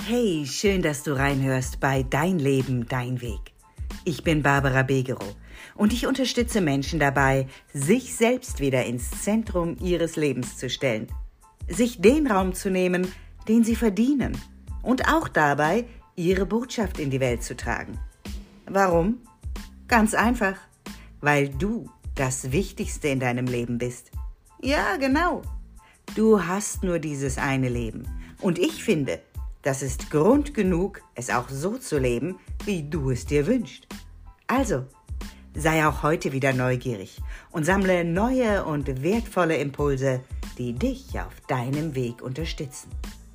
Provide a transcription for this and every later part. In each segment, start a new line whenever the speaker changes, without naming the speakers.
Hey, schön, dass du reinhörst bei Dein Leben, dein Weg. Ich bin Barbara Begerow und ich unterstütze Menschen dabei, sich selbst wieder ins Zentrum ihres Lebens zu stellen, sich den Raum zu nehmen, den sie verdienen und auch dabei, ihre Botschaft in die Welt zu tragen. Warum? Ganz einfach, weil du das Wichtigste in deinem Leben bist. Ja, genau. Du hast nur dieses eine Leben und ich finde, das ist Grund genug, es auch so zu leben, wie du es dir wünschst. Also, sei auch heute wieder neugierig und sammle neue und wertvolle Impulse, die dich auf deinem Weg unterstützen.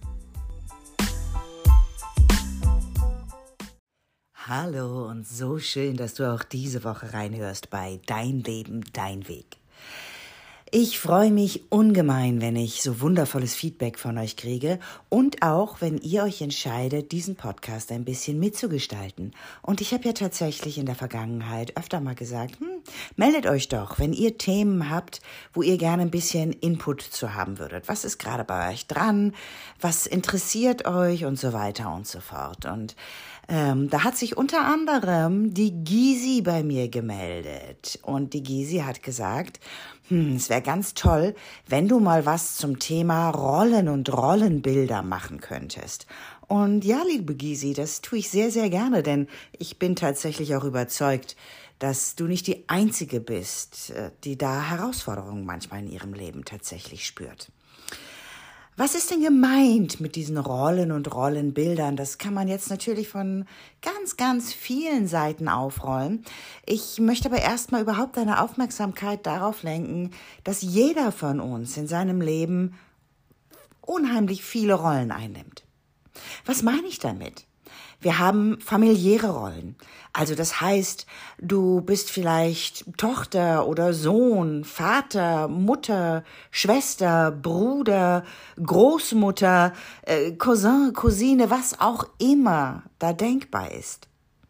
Hallo und so schön, dass du auch diese Woche reinhörst bei Dein Leben, dein Weg. Ich freue mich ungemein, wenn ich so wundervolles Feedback von euch kriege und auch, wenn ihr euch entscheidet, diesen Podcast ein bisschen mitzugestalten. Und ich habe ja tatsächlich in der Vergangenheit öfter mal gesagt, meldet euch doch, wenn ihr Themen habt, wo ihr gerne ein bisschen Input zu haben würdet. Was ist gerade bei euch dran? Was interessiert euch? Und so weiter und so fort. Und da hat sich unter anderem die Gysi bei mir gemeldet. Und die Gysi hat gesagt, es wäre ganz toll, wenn du mal was zum Thema Rollen und Rollenbilder machen könntest. Und ja, liebe Gysi, das tue ich sehr, sehr gerne, denn ich bin tatsächlich auch überzeugt, dass du nicht die Einzige bist, die da Herausforderungen manchmal in ihrem Leben tatsächlich spürt. Was ist denn gemeint mit diesen Rollen und Rollenbildern? Das kann man jetzt natürlich von ganz, ganz vielen Seiten aufrollen. Ich möchte aber erstmal überhaupt deine Aufmerksamkeit darauf lenken, dass jeder von uns in seinem Leben unheimlich viele Rollen einnimmt. Was meine ich damit? Wir haben familiäre Rollen. Also das heißt, du bist vielleicht Tochter oder Sohn, Vater, Mutter, Schwester, Bruder, Großmutter, Cousin, Cousine, was auch immer da denkbar ist.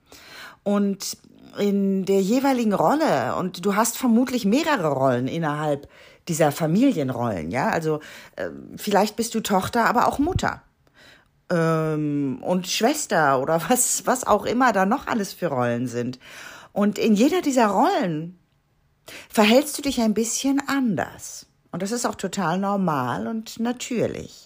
Und in der jeweiligen Rolle, und du hast vermutlich mehrere Rollen innerhalb dieser Familienrollen, ja, also vielleicht bist du Tochter, aber auch Mutter. Und Schwester oder was auch immer da noch alles für Rollen sind. Und in jeder dieser Rollen verhältst du dich ein bisschen anders. Und das ist auch total normal und natürlich.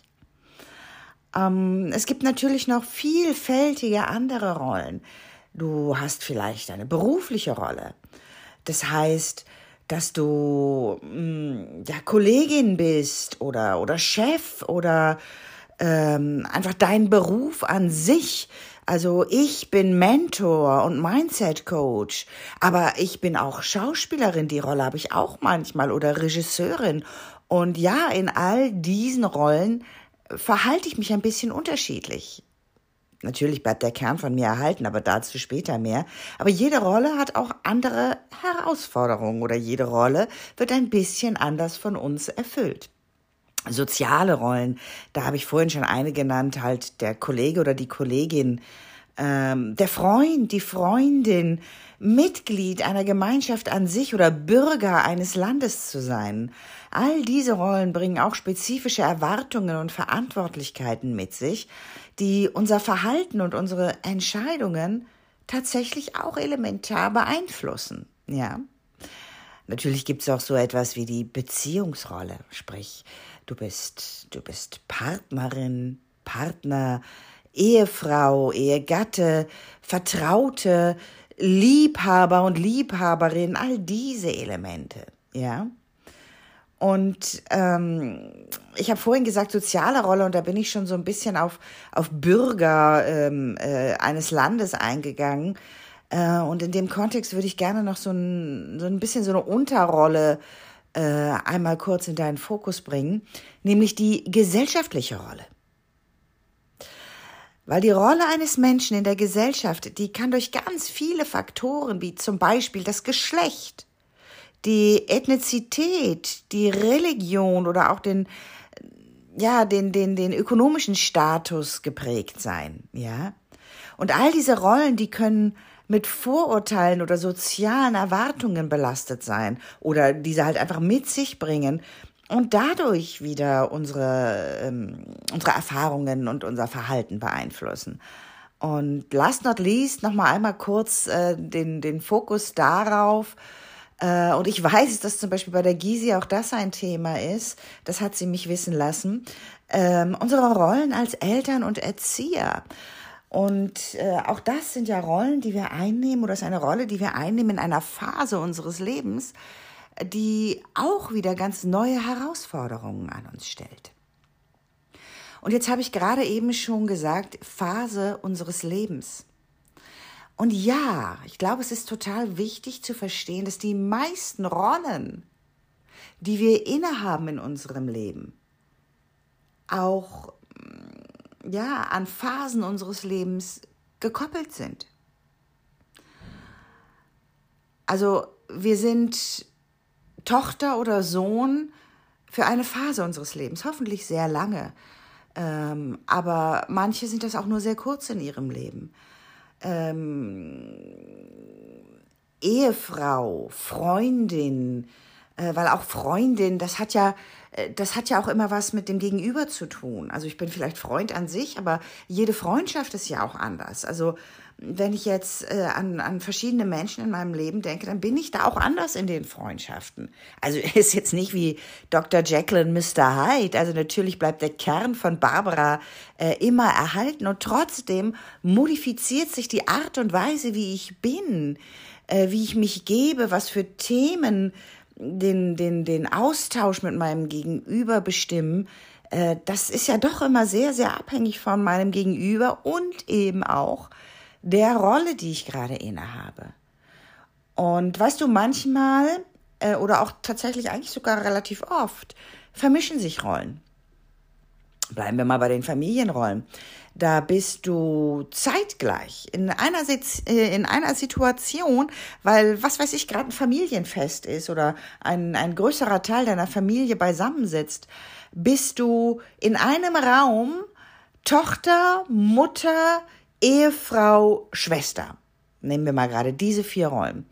Es gibt natürlich noch vielfältige andere Rollen. Du hast vielleicht eine berufliche Rolle. Das heißt, dass du Kollegin bist oder Chef oder einfach dein Beruf an sich. Also ich bin Mentor und Mindset Coach, aber ich bin auch Schauspielerin, die Rolle habe ich auch manchmal, oder Regisseurin. Und ja, in all diesen Rollen verhalte ich mich ein bisschen unterschiedlich. Natürlich bleibt der Kern von mir erhalten, aber dazu später mehr. Aber jede Rolle hat auch andere Herausforderungen oder jede Rolle wird ein bisschen anders von uns erfüllt. Soziale Rollen, da habe ich vorhin schon eine genannt, halt der Kollege oder die Kollegin, der Freund, die Freundin, Mitglied einer Gemeinschaft an sich oder Bürger eines Landes zu sein. All diese Rollen bringen auch spezifische Erwartungen und Verantwortlichkeiten mit sich, die unser Verhalten und unsere Entscheidungen tatsächlich auch elementar beeinflussen, ja. Natürlich gibt es auch so etwas wie die Beziehungsrolle, sprich, du bist Partnerin, Partner, Ehefrau, Ehegatte, Vertraute, Liebhaber und Liebhaberin, all diese Elemente, ja. Und ich habe vorhin gesagt, soziale Rolle, und da bin ich schon so ein bisschen auf Bürger eines Landes eingegangen. Und in dem Kontext würde ich gerne noch so ein bisschen so eine Unterrolle einmal kurz in deinen Fokus bringen, nämlich die gesellschaftliche Rolle. Weil die Rolle eines Menschen in der Gesellschaft, die kann durch ganz viele Faktoren, wie zum Beispiel das Geschlecht, die Ethnizität, die Religion oder auch den ökonomischen Status geprägt sein, ja. Und all diese Rollen, die können mit Vorurteilen oder sozialen Erwartungen belastet sein oder diese halt einfach mit sich bringen, und dadurch wieder unsere Erfahrungen und unser Verhalten beeinflussen. Und last not least noch mal einmal kurz den Fokus darauf. Und ich weiß, dass zum Beispiel bei der Gysi auch das ein Thema ist. Das hat sie mich wissen lassen. Unsere Rollen als Eltern und Erzieher. Und auch das sind ja Rollen, die wir einnehmen, oder ist eine Rolle, die wir einnehmen in einer Phase unseres Lebens, die auch wieder ganz neue Herausforderungen an uns stellt. Und jetzt habe ich gerade eben schon gesagt, Phase unseres Lebens. Und ja, ich glaube, es ist total wichtig zu verstehen, dass die meisten Rollen, die wir innehaben in unserem Leben, auch an Phasen unseres Lebens gekoppelt sind. Also wir sind Tochter oder Sohn für eine Phase unseres Lebens, hoffentlich sehr lange. Aber manche sind das auch nur sehr kurz in ihrem Leben. Ehefrau, Freundin, weil auch Freundin, das hat ja auch immer was mit dem Gegenüber zu tun. Also ich bin vielleicht Freund an sich, aber jede Freundschaft ist ja auch anders. Also wenn ich jetzt an verschiedene Menschen in meinem Leben denke, dann bin ich da auch anders in den Freundschaften. Also ist jetzt nicht wie Dr. Jekyll und Mr. Hyde. Also natürlich bleibt der Kern von Barbara immer erhalten und trotzdem modifiziert sich die Art und Weise, wie ich bin, wie ich mich gebe, was für Themen den Austausch mit meinem Gegenüber bestimmen. Das ist ja doch immer sehr, sehr abhängig von meinem Gegenüber und eben auch der Rolle, die ich gerade innehabe. Und weißt du, manchmal oder auch tatsächlich eigentlich sogar relativ oft vermischen sich Rollen. Bleiben wir mal bei den Familienrollen. Da bist du zeitgleich in einer Situation, weil, was weiß ich, gerade ein Familienfest ist oder ein größerer Teil deiner Familie beisammensitzt, bist du in einem Raum Tochter, Mutter, Ehefrau, Schwester. Nehmen wir mal gerade diese 4 Rollen.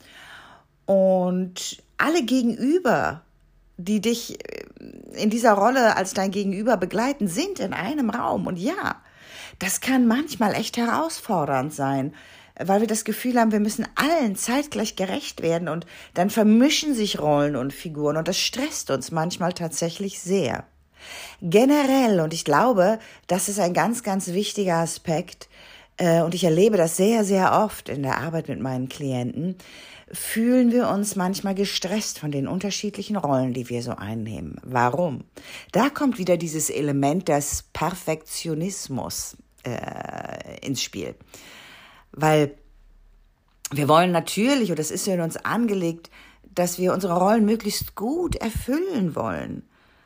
Und alle Gegenüber, die dich in dieser Rolle als dein Gegenüber begleiten, sind in einem Raum. Und ja, das kann manchmal echt herausfordernd sein, weil wir das Gefühl haben, wir müssen allen zeitgleich gerecht werden und dann vermischen sich Rollen und Figuren und das stresst uns manchmal tatsächlich sehr. Generell, und ich glaube, das ist ein ganz, ganz wichtiger Aspekt, und ich erlebe das sehr, sehr oft in der Arbeit mit meinen Klienten, fühlen wir uns manchmal gestresst von den unterschiedlichen Rollen, die wir so einnehmen. Warum? Da kommt wieder dieses Element des Perfektionismus ins Spiel. Weil wir wollen natürlich, und das ist ja in uns angelegt, dass wir unsere Rollen möglichst gut erfüllen wollen.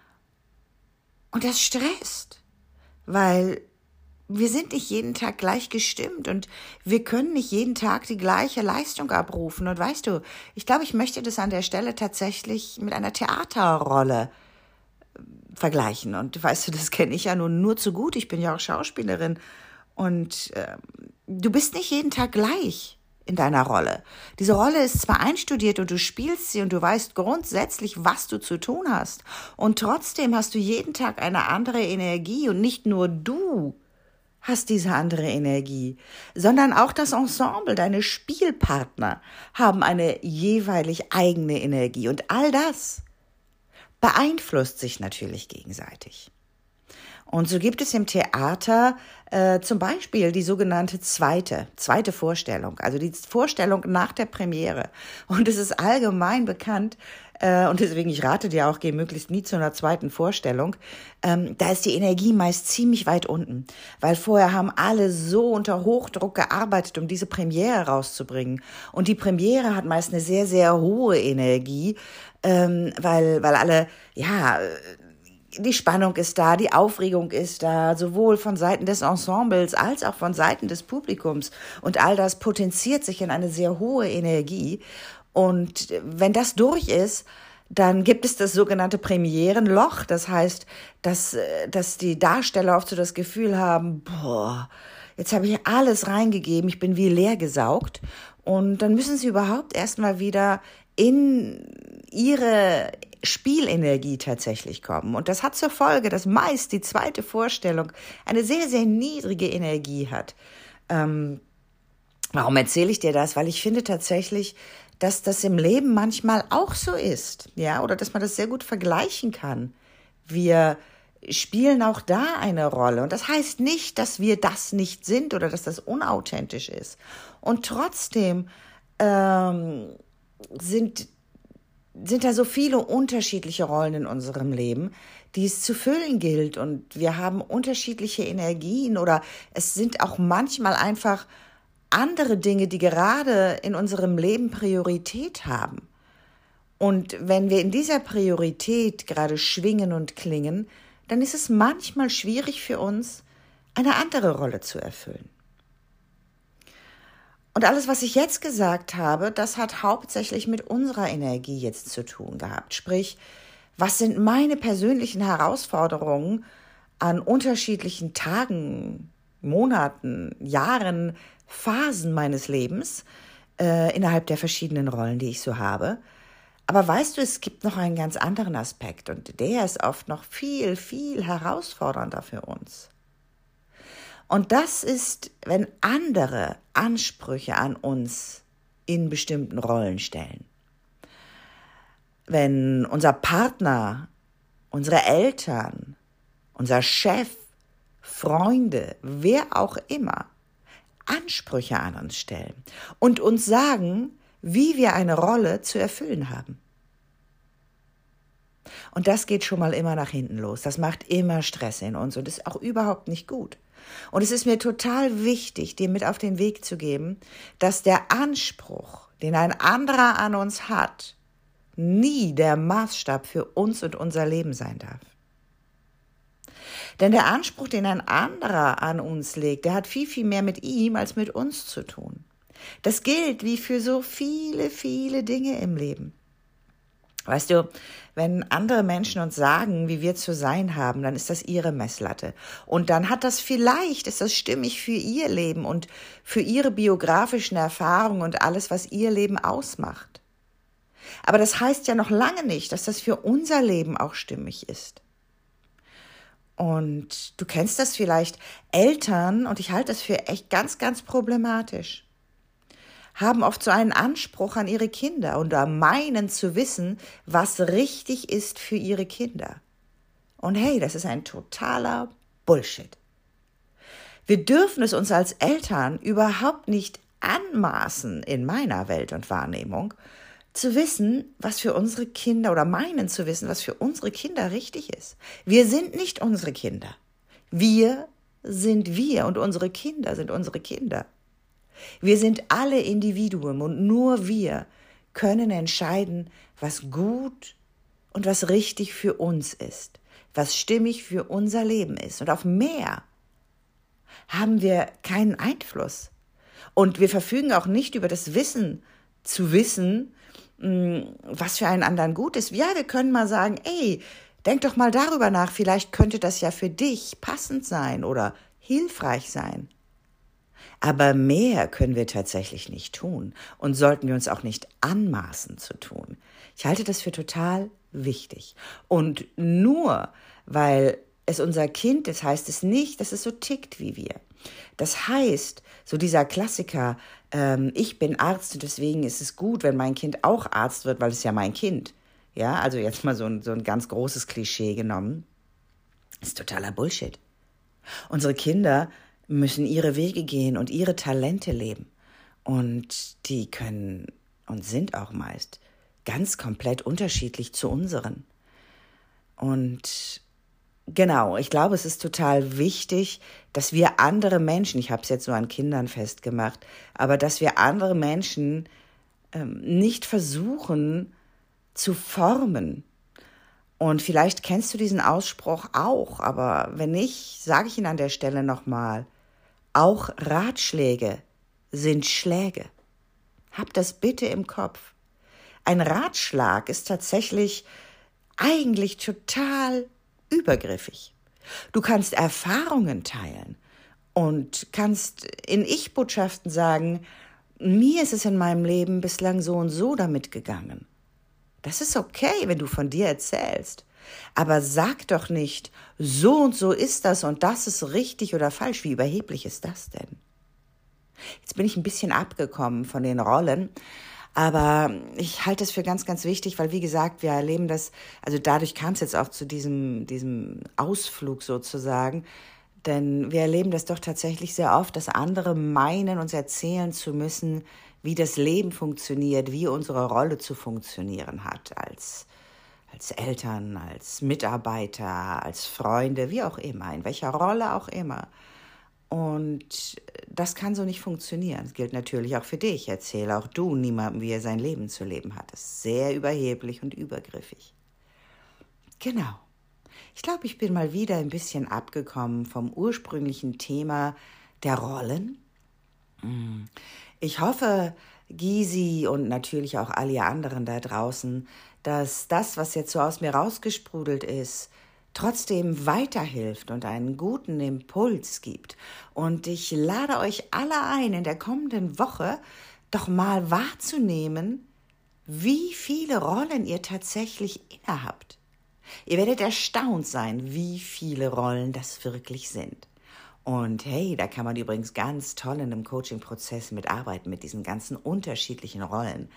Und das stresst, weil wir sind nicht jeden Tag gleich gestimmt und wir können nicht jeden Tag die gleiche Leistung abrufen. Und weißt du, ich glaube, ich möchte das an der Stelle tatsächlich mit einer Theaterrolle vergleichen. Und weißt du, das kenne ich ja nur zu gut. Ich bin ja auch Schauspielerin. Und du bist nicht jeden Tag gleich in deiner Rolle. Diese Rolle ist zwar einstudiert und du spielst sie und du weißt grundsätzlich, was du zu tun hast. Und trotzdem hast du jeden Tag eine andere Energie und nicht nur du hast diese andere Energie, sondern auch das Ensemble, deine Spielpartner haben eine jeweilig eigene Energie und all das beeinflusst sich natürlich gegenseitig. Und so gibt es im Theater zum Beispiel die sogenannte zweite Vorstellung, also die Vorstellung nach der Premiere. Und es ist allgemein bekannt, und deswegen, ich rate dir auch, geh möglichst nie zu einer zweiten Vorstellung, da ist die Energie meist ziemlich weit unten, weil vorher haben alle so unter Hochdruck gearbeitet, um diese Premiere rauszubringen. Und die Premiere hat meist eine sehr, sehr hohe Energie, weil alle, die Spannung ist da, die Aufregung ist da, sowohl von Seiten des Ensembles als auch von Seiten des Publikums. Und all das potenziert sich in eine sehr hohe Energie. Und wenn das durch ist, dann gibt es das sogenannte Premierenloch. Das heißt, dass die Darsteller oft so das Gefühl haben, jetzt habe ich alles reingegeben, ich bin wie leer gesaugt. Und dann müssen sie überhaupt erstmal wieder in ihre Spielenergie tatsächlich kommen. Und das hat zur Folge, dass meist die zweite Vorstellung eine sehr, sehr niedrige Energie hat. Warum erzähle ich dir das? Weil ich finde tatsächlich, dass das im Leben manchmal auch so ist, ja, oder dass man das sehr gut vergleichen kann. Wir spielen auch da eine Rolle. Und das heißt nicht, dass wir das nicht sind oder dass das unauthentisch ist. Und trotzdem sind da so viele unterschiedliche Rollen in unserem Leben, die es zu füllen gilt. Und wir haben unterschiedliche Energien oder es sind auch manchmal einfach andere Dinge, die gerade in unserem Leben Priorität haben. Und wenn wir in dieser Priorität gerade schwingen und klingen, dann ist es manchmal schwierig für uns, eine andere Rolle zu erfüllen. Und alles, was ich jetzt gesagt habe, das hat hauptsächlich mit unserer Energie jetzt zu tun gehabt. Sprich, was sind meine persönlichen Herausforderungen an unterschiedlichen Tagen, Monaten, Jahren, Phasen meines Lebens innerhalb der verschiedenen Rollen, die ich so habe. Aber weißt du, es gibt noch einen ganz anderen Aspekt und der ist oft noch viel, viel herausfordernder für uns. Und das ist, wenn andere Ansprüche an uns in bestimmten Rollen stellen. Wenn unser Partner, unsere Eltern, unser Chef, Freunde, wer auch immer, Ansprüche an uns stellen und uns sagen, wie wir eine Rolle zu erfüllen haben. Und das geht schon mal immer nach hinten los. Das macht immer Stress in uns und ist auch überhaupt nicht gut. Und es ist mir total wichtig, dir mit auf den Weg zu geben, dass der Anspruch, den ein anderer an uns hat, nie der Maßstab für uns und unser Leben sein darf. Denn der Anspruch, den ein anderer an uns legt, der hat viel, viel mehr mit ihm als mit uns zu tun. Das gilt wie für so viele, viele Dinge im Leben. Weißt du, wenn andere Menschen uns sagen, wie wir zu sein haben, dann ist das ihre Messlatte. Und dann ist das stimmig für ihr Leben und für ihre biografischen Erfahrungen und alles, was ihr Leben ausmacht. Aber das heißt ja noch lange nicht, dass das für unser Leben auch stimmig ist. Und du kennst das vielleicht, Eltern, und ich halte das für echt ganz, ganz problematisch, haben oft so einen Anspruch an ihre Kinder und meinen zu wissen, was richtig ist für ihre Kinder. Und hey, das ist ein totaler Bullshit. Wir dürfen es uns als Eltern überhaupt nicht anmaßen, in meiner Welt und Wahrnehmung, zu wissen, was für unsere Kinder oder meinen zu wissen, was für unsere Kinder richtig ist. Wir sind nicht unsere Kinder. Wir sind wir und unsere Kinder sind unsere Kinder. Wir sind alle Individuen und nur wir können entscheiden, was gut und was richtig für uns ist, was stimmig für unser Leben ist. Und auf mehr haben wir keinen Einfluss. Und wir verfügen auch nicht über das Wissen, zu wissen, was für einen anderen gut ist. Ja, wir können mal sagen, ey, denk doch mal darüber nach, vielleicht könnte das ja für dich passend sein oder hilfreich sein. Aber mehr können wir tatsächlich nicht tun und sollten wir uns auch nicht anmaßen zu tun. Ich halte das für total wichtig. Und nur weil es unser Kind ist, heißt es nicht, dass es so tickt wie wir. Das heißt, so dieser Klassiker, ich bin Arzt und deswegen ist es gut, wenn mein Kind auch Arzt wird, weil es ja mein Kind. Ja, also jetzt mal so ein ganz großes Klischee genommen. Das ist totaler Bullshit. Unsere Kinder müssen ihre Wege gehen und ihre Talente leben. Und die können und sind auch meist ganz komplett unterschiedlich zu unseren. Und genau, ich glaube, es ist total wichtig, dass wir andere Menschen, ich habe es jetzt so an Kindern festgemacht, aber dass wir andere Menschen nicht versuchen zu formen. Und vielleicht kennst du diesen Ausspruch auch, aber wenn nicht, sage ich ihn an der Stelle nochmal. Auch Ratschläge sind Schläge. Hab das bitte im Kopf. Ein Ratschlag ist tatsächlich eigentlich total übergriffig. Du kannst Erfahrungen teilen und kannst in Ich-Botschaften sagen, mir ist es in meinem Leben bislang so und so damit gegangen. Das ist okay, wenn du von dir erzählst. Aber sag doch nicht, so und so ist das und das ist richtig oder falsch. Wie überheblich ist das denn? Jetzt bin ich ein bisschen abgekommen von den Rollen, aber ich halte es für ganz, ganz wichtig, weil wie gesagt, wir erleben das, also dadurch kam es jetzt auch zu diesem Ausflug sozusagen, denn wir erleben das doch tatsächlich sehr oft, dass andere meinen, uns erzählen zu müssen, wie das Leben funktioniert, wie unsere Rolle zu funktionieren hat, als Eltern, als Mitarbeiter, als Freunde, wie auch immer, in welcher Rolle auch immer. Und das kann so nicht funktionieren. Das gilt natürlich auch für dich. Erzähle auch du niemandem, wie er sein Leben zu leben hat. Das ist sehr überheblich und übergriffig. Genau. Ich glaube, ich bin mal wieder ein bisschen abgekommen vom ursprünglichen Thema der Rollen. Ich hoffe, Gysi und natürlich auch alle anderen da draußen, dass das, was jetzt so aus mir rausgesprudelt ist, trotzdem weiterhilft und einen guten Impuls gibt. Und ich lade euch alle ein, in der kommenden Woche doch mal wahrzunehmen, wie viele Rollen ihr tatsächlich innehabt. Ihr werdet erstaunt sein, wie viele Rollen das wirklich sind. Und hey, da kann man übrigens ganz toll in einem Coaching-Prozess mitarbeiten, mit diesen ganzen unterschiedlichen Rollen,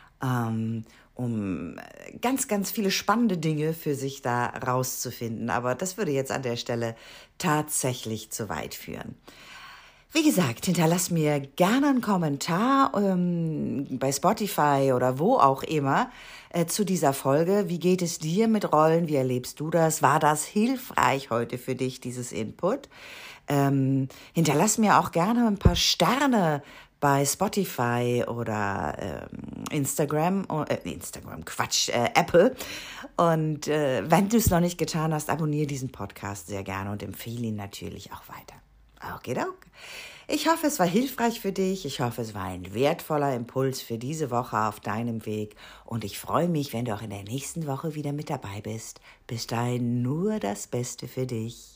um ganz, ganz viele spannende Dinge für sich da rauszufinden. Aber das würde jetzt an der Stelle tatsächlich zu weit führen. Wie gesagt, hinterlass mir gerne einen Kommentar bei Spotify oder wo auch immer zu dieser Folge. Wie geht es dir mit Rollen? Wie erlebst du das? War das hilfreich heute für dich, dieses Input? Hinterlass mir auch gerne ein paar Sterne bei Spotify oder Apple. Und wenn du es noch nicht getan hast, abonniere diesen Podcast sehr gerne und empfehle ihn natürlich auch weiter. Okay. Ich hoffe, es war hilfreich für dich. Ich hoffe, es war ein wertvoller Impuls für diese Woche auf deinem Weg. Und ich freue mich, wenn du auch in der nächsten Woche wieder mit dabei bist. Bis dahin nur das Beste für dich.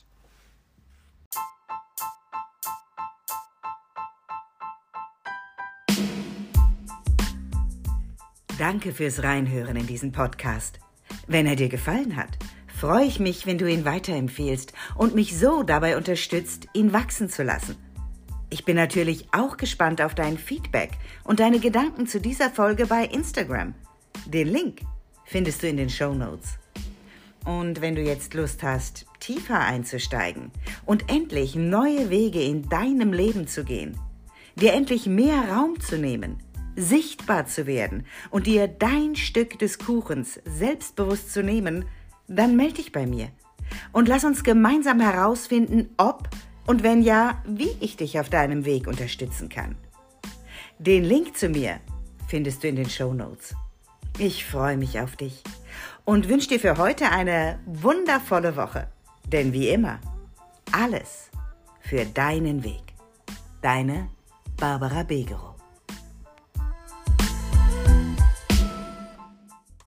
Danke fürs Reinhören in diesen Podcast. Wenn er dir gefallen hat, freue ich mich, wenn du ihn weiterempfehlst und mich so dabei unterstützt, ihn wachsen zu lassen. Ich bin natürlich auch gespannt auf dein Feedback und deine Gedanken zu dieser Folge bei Instagram. Den Link findest du in den Shownotes. Und wenn du jetzt Lust hast, tiefer einzusteigen und endlich neue Wege in deinem Leben zu gehen, dir endlich mehr Raum zu nehmen, sichtbar zu werden und dir dein Stück des Kuchens selbstbewusst zu nehmen, dann melde dich bei mir und lass uns gemeinsam herausfinden, ob und wenn ja, wie ich dich auf deinem Weg unterstützen kann. Den Link zu mir findest du in den Shownotes. Ich freue mich auf dich und wünsche dir für heute eine wundervolle Woche. Denn wie immer, alles für deinen Weg. Deine Barbara Begerow.